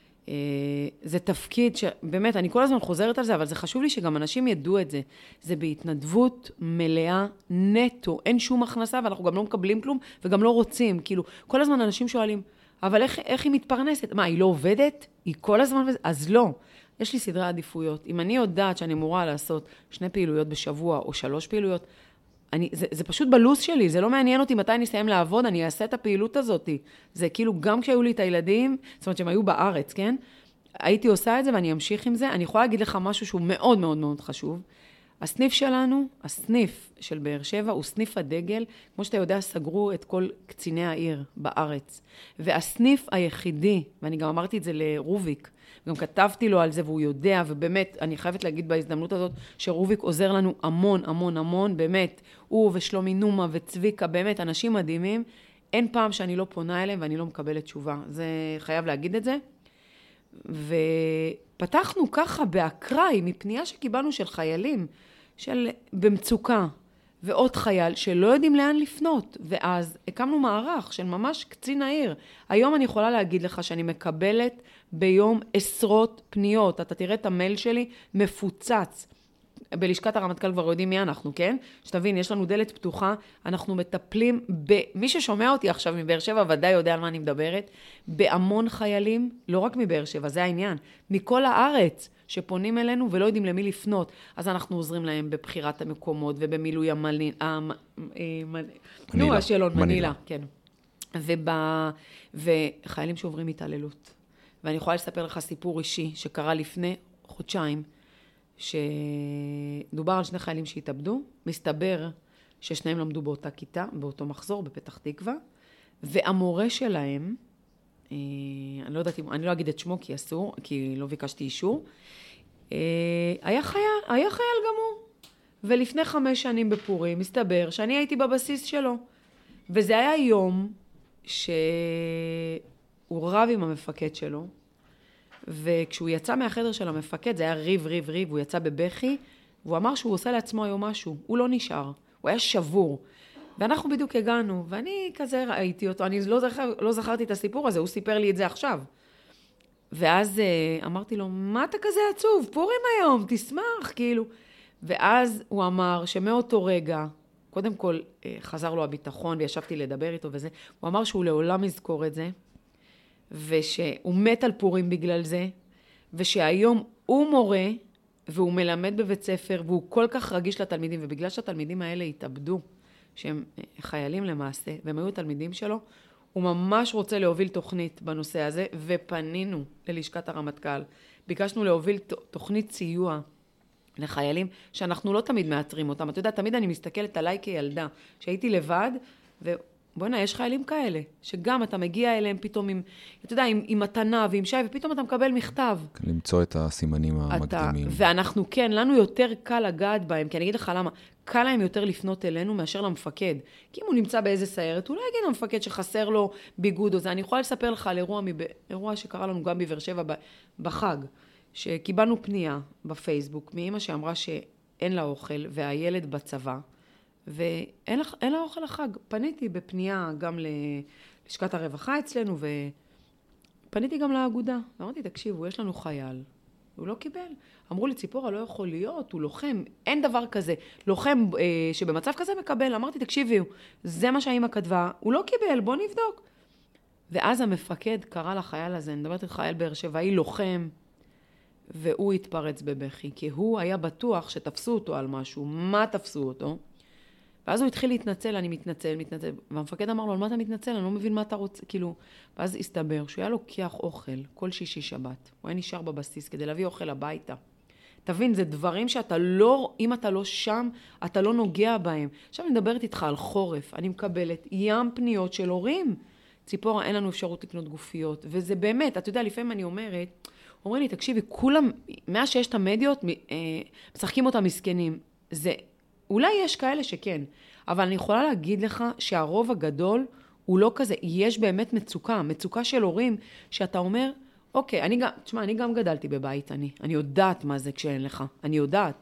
זה תפקיד שבאמת, אני כל הזמן חוזרת על זה, אבל זה חשוב לי שגם אנשים ידעו את זה. זה בהתנדבות מלאה נטו, אין שום הכנסה, ואנחנו גם לא מקבלים כלום, וגם לא רוצים. כאילו, כל הזמן אנשים שואלים, אבל איך, איך היא מתפרנסת? מה, היא לא עובדת? היא כל הזמן וזה? אז לא. יש לי סדרי עדיפויות. אם אני יודעת שאני אמורה לעשות שני פעילויות בשבוע או שלוש פעילויות, אני, זה, זה פשוט בלוס שלי, זה לא מעניין אותי מתי אני אסיים לעבוד, אני אעשה את הפעילות הזאת. זה כאילו גם כשהיו לי את הילדים, זאת אומרת שהם היו בארץ, כן? הייתי עושה את זה ואני אמשיך עם זה. אני יכולה להגיד לך משהו שהוא מאוד מאוד מאוד חשוב. הסניף שלנו, הסניף של באר שבע, הוא סניף הדגל. כמו שאתה יודע, סגרו את כל קציני העיר בארץ. והסניף היחידי, ואני גם אמרתי את זה לרוביק, גם כתבתי לו על זה והוא יודע, ובאמת, אני חייבת להגיד בהזדמנות הזאת, שרוביק עוזר לנו המון, המון, המון, באמת, הוא ושלומי נומה וצביקה, באמת, אנשים מדהימים. אין פעם שאני לא פונה אליהם ואני לא מקבלת תשובה. זה חייב להגיד את זה. ופתחנו ככה באקראי, מפנייה שקיבלנו של חיילים, של במצוקה, ועוד חייל שלא יודעים לאן לפנות. ואז הקמנו מערך של ממש קצין העיר. היום אני יכולה להגיד לך שאני מקבלת ביום עשרות פניות. אתה תראה את המייל שלי מפוצץ. בלשכת הרמטכ"ל כבר יודעים מי אנחנו, כן? שתבין, יש לנו דלת פתוחה, אנחנו מטפלים ב... מי ששומע אותי עכשיו מבאר שבע, ודאי יודע על מה אני מדברת, בהמון חיילים, לא רק מבאר שבע, זה העניין, מכל הארץ שפונים אלינו ולא יודעים למי לפנות, אז אנחנו עוזרים להם בבחירת המקומות ובמילוי המליל... נו, השאלון, מנילה, כן. ובא... וחיילים שעוברים התעללות. ואני יכולה לספר לך סיפור אישי שקרה לפני חודשיים, שדובר על שני חיילים שהתאבדו, מסתבר ששניהם למדו באותה כיתה, באותו מחזור, בפתח תקווה, והמורה שלהם, אה, אני לא יודעת, אני לא אגיד את שמו כי אסור, כי לא ביקשתי אישור, אה, היה חייל, היה חייל גם הוא. ולפני חמש שנים בפורים, מסתבר שאני הייתי בבסיס שלו. וזה היה יום שהוא רב עם המפקד שלו, וכשהוא יצא מהחדר של המפקד, זה היה ריב, ריב, ריב, הוא יצא בבכי, והוא אמר שהוא עושה לעצמו היום משהו, הוא לא נשאר, הוא היה שבור. ואנחנו בדיוק הגענו, ואני כזה ראיתי אותו, אני לא, זכר, לא זכרתי את הסיפור הזה, הוא סיפר לי את זה עכשיו. ואז אמרתי לו, מה אתה כזה עצוב? פורים היום, תשמח, כאילו. ואז הוא אמר שמאותו רגע, קודם כל חזר לו הביטחון, וישבתי לדבר איתו וזה, הוא אמר שהוא לעולם יזכור את זה, ושהוא מת על פורים בגלל זה, ושהיום הוא מורה, והוא מלמד בבית ספר, והוא כל כך רגיש לתלמידים, ובגלל שהתלמידים האלה התאבדו, שהם חיילים למעשה, והם היו תלמידים שלו, הוא ממש רוצה להוביל תוכנית בנושא הזה, ופנינו ללשכת הרמטכ"ל. ביקשנו להוביל תוכנית סיוע לחיילים, שאנחנו לא תמיד מאתרים אותם. אתה יודע, תמיד אני מסתכלת עליי כילדה, שהייתי לבד, ובוא'נה, יש חיילים כאלה, שגם אתה מגיע אליהם פתאום עם, אתה יודע, עם, עם מתנה ועם שי, ופתאום אתה מקבל מכתב. למצוא את הסימנים המקדימים. ואנחנו, כן, לנו יותר קל לגעת בהם, כי אני אגיד לך למה, קל להם יותר לפנות אלינו מאשר למפקד. כי אם הוא נמצא באיזה סיירת, אולי יגיד למפקד שחסר לו ביגוד או זה. אני יכולה לספר לך על אירוע, אירוע שקרה לנו גם בבאר שבע בחג, שקיבלנו פנייה בפייסבוק מאמא שאמרה שאין לה אוכל והילד בצבא, ואין לה, אין לה אוכל לחג. פניתי בפנייה גם ללשכת הרווחה אצלנו, ופניתי גם לאגודה. ואמרתי, תקשיבו, יש לנו חייל. הוא לא קיבל. אמרו לי, ציפורה לא יכול להיות, הוא לוחם. אין דבר כזה. לוחם אה, שבמצב כזה מקבל. אמרתי, תקשיבי, זה מה שהאמא כתבה. הוא לא קיבל, בוא נבדוק. ואז המפקד קרא לחייל הזה, אני מדברת את חייל באר שבעי, לוחם, והוא התפרץ בבכי, כי הוא היה בטוח שתפסו אותו על משהו. מה תפסו אותו? ואז הוא התחיל להתנצל, אני מתנצל, מתנצל. והמפקד אמר לו, על מה אתה מתנצל? אני לא מבין מה אתה רוצה. כאילו, ואז הסתבר שהוא היה לוקח אוכל כל שישי שבת. הוא היה נשאר בבסיס כדי להביא אוכל הביתה. תבין, זה דברים שאתה לא, אם אתה לא שם, אתה לא נוגע בהם. עכשיו אני מדברת איתך על חורף. אני מקבלת ים פניות של הורים. ציפורה, אין לנו אפשרות לקנות גופיות. וזה באמת, אתה יודע, לפעמים אני אומרת, אומרים לי, תקשיבי, כולם, מה שיש את המדיות, משחקים אותם מסכנים. זה, אולי יש כאלה שכן, אבל אני יכולה להגיד לך שהרוב הגדול הוא לא כזה. יש באמת מצוקה, מצוקה של הורים, שאתה אומר, אוקיי, אני גם, תשמע, אני גם גדלתי בבית, אני, אני יודעת מה זה כשאין לך, אני יודעת.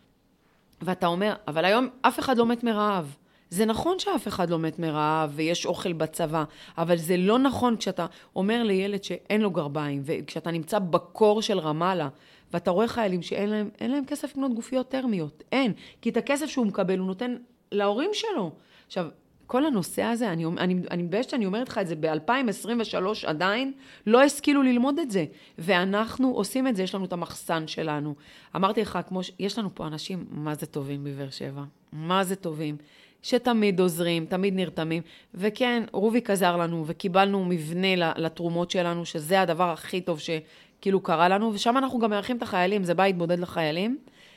ואתה אומר, אבל היום אף אחד לא מת מרעב. זה נכון שאף אחד לא מת מרעב ויש אוכל בצבא, אבל זה לא נכון כשאתה אומר לילד שאין לו גרביים, וכשאתה נמצא בקור של רמאללה, ואתה רואה חיילים שאין להם, אין להם כסף לקנות גופיות טרמיות. אין. כי את הכסף שהוא מקבל, הוא נותן להורים שלו. עכשיו, כל הנושא הזה, אני, אני, אני מבאשת, אני אומרת לך את זה, ב-אלפיים עשרים ושלוש עדיין לא השכילו ללמוד את זה. ואנחנו עושים את זה, יש לנו את המחסן שלנו. אמרתי לך, כמו ש... יש לנו פה אנשים, מה זה טובים בבאר שבע? מה זה טובים? שתמיד עוזרים, תמיד נרתמים. וכן, רוביק עזר לנו, וקיבלנו מבנה לתרומות שלנו, שזה הדבר הכי טוב שכאילו קרה לנו, ושם אנחנו גם מארחים את החיילים, זה בית בודד לחיילים.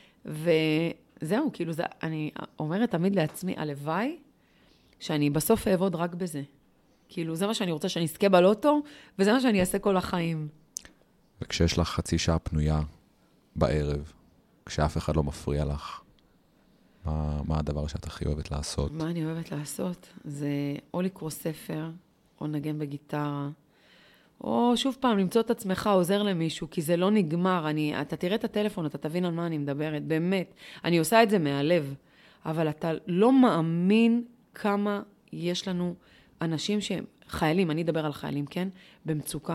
וזהו, כאילו, זה, אני אומרת תמיד לעצמי, הלוואי, שאני בסוף אעבוד רק בזה. כאילו, זה מה שאני רוצה, שאני אזכה בלוטו, וזה מה שאני אעשה כל החיים. וכשיש לך חצי שעה פנויה בערב, כשאף אחד לא מפריע לך, מה, מה הדבר שאת הכי אוהבת לעשות? מה אני אוהבת לעשות? זה או לקרוא ספר, או נגן בגיטרה, או שוב פעם, למצוא את עצמך עוזר למישהו, כי זה לא נגמר. אני, אתה תראה את הטלפון, אתה תבין על מה אני מדברת, באמת. אני עושה את זה מהלב, אבל אתה לא מאמין כמה יש לנו אנשים שהם חיילים, אני אדבר על חיילים, כן? במצוקה.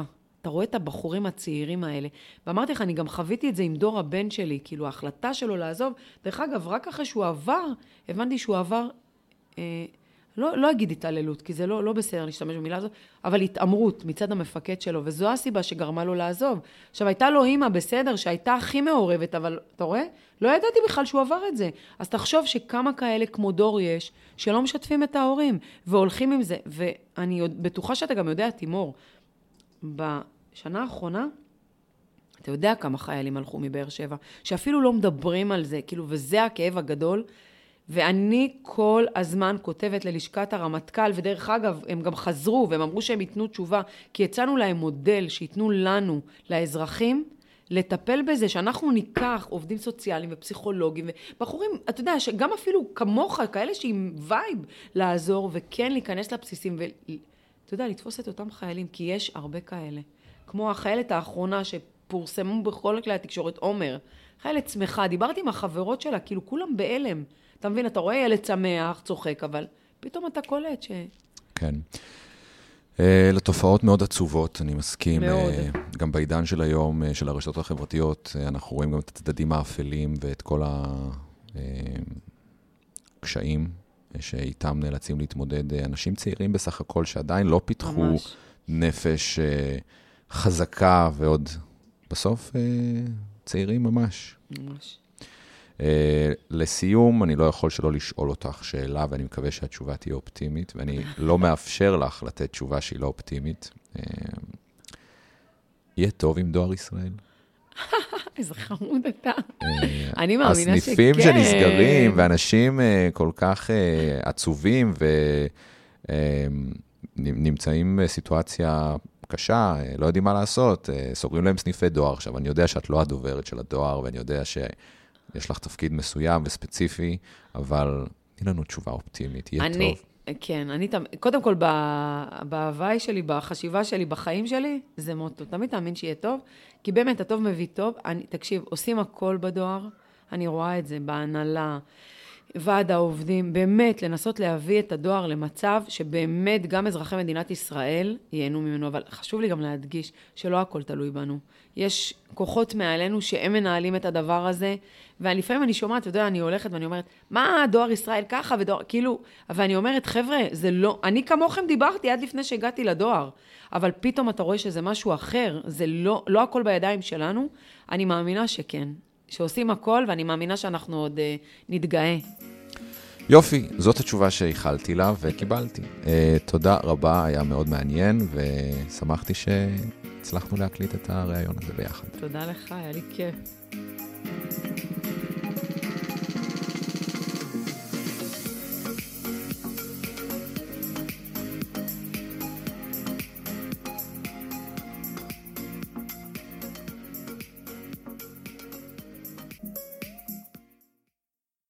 אתה רואה את הבחורים הצעירים האלה. ואמרתי לך, אני גם חוויתי את זה עם דור הבן שלי, כאילו ההחלטה שלו לעזוב. דרך אגב, רק אחרי שהוא עבר, הבנתי שהוא עבר, אה, לא, לא אגיד התעללות, כי זה לא, לא בסדר להשתמש במילה הזאת, אבל התאמרות מצד המפקד שלו, וזו הסיבה שגרמה לו לעזוב. עכשיו, הייתה לו אימא בסדר, שהייתה הכי מעורבת, אבל אתה רואה? לא ידעתי בכלל שהוא עבר את זה. אז תחשוב שכמה כאלה כמו דור יש, שלא משתפים את ההורים, והולכים עם זה. ואני בטוחה שאתה גם יודע, תימור, בשנה האחרונה, אתה יודע כמה חיילים הלכו מבאר שבע, שאפילו לא מדברים על זה, כאילו, וזה הכאב הגדול, ואני כל הזמן כותבת ללשכת הרמטכ"ל, ודרך אגב, הם גם חזרו, והם אמרו שהם ייתנו תשובה, כי יצאנו להם מודל שייתנו לנו, לאזרחים, לטפל בזה, שאנחנו ניקח עובדים סוציאליים ופסיכולוגים, ובחורים, אתה יודע, שגם אפילו כמוך, כאלה שעם וייב, לעזור, וכן להיכנס לבסיסים, ואתה יודע, לתפוס את אותם חיילים, כי יש הרבה כאלה. כמו החיילת האחרונה שפורסמו בכל כלי התקשורת, עומר, חיילת שמחה, דיברתי עם החברות שלה, כאילו כולם באלם. אתה מבין, אתה רואה ילד שמח, צוחק, אבל פתאום אתה קולט ש... כן. לתופעות מאוד עצובות, אני מסכים. מאוד. גם בעידן של היום, של הרשתות החברתיות, אנחנו רואים גם את הצדדים האפלים ואת כל הקשיים שאיתם נאלצים להתמודד. אנשים צעירים בסך הכל שעדיין לא פיתחו ממש. נפש חזקה, ועוד בסוף צעירים ממש. ממש. Uh, לסיום, אני לא יכול שלא לשאול אותך שאלה, ואני מקווה שהתשובה תהיה אופטימית, ואני לא מאפשר לך לתת תשובה שהיא לא אופטימית. Uh, יהיה טוב עם דואר ישראל? איזה חמוד אתה. אני מאמינה שכן. הסניפים שנסגרים, ואנשים uh, כל כך uh, עצובים, ונמצאים בסיטואציה קשה, uh, לא יודעים מה לעשות, uh, סוגרים להם סניפי דואר. עכשיו, אני יודע שאת לא הדוברת של הדואר, ואני יודע ש... יש לך תפקיד מסוים וספציפי, אבל תני לנו תשובה אופטימית, יהיה אני, טוב. כן, אני קודם כל, בהוואי שלי, בחשיבה שלי, בחיים שלי, זה מוטו. תמיד תאמין שיהיה טוב, כי באמת הטוב מביא טוב. אני, תקשיב, עושים הכל בדואר, אני רואה את זה בהנהלה, ועד העובדים, באמת לנסות להביא את הדואר למצב שבאמת גם אזרחי מדינת ישראל ייהנו ממנו, אבל חשוב לי גם להדגיש שלא הכל תלוי בנו. יש כוחות מעלינו שהם מנהלים את הדבר הזה, ולפעמים אני שומעת, אתה יודע, אני הולכת ואני אומרת, מה דואר ישראל ככה ודואר, כאילו, אבל אני אומרת, חבר'ה, זה לא, אני כמוכם דיברתי עד לפני שהגעתי לדואר, אבל פתאום אתה רואה שזה משהו אחר, זה לא, לא הכל בידיים שלנו, אני מאמינה שכן. שעושים הכל, ואני מאמינה שאנחנו עוד uh, נתגאה. יופי, זאת התשובה שהיחלתי לה וקיבלתי. Uh, תודה רבה, היה מאוד מעניין, ושמחתי שהצלחנו להקליט את הרעיון הזה ביחד. תודה לך, היה לי כיף.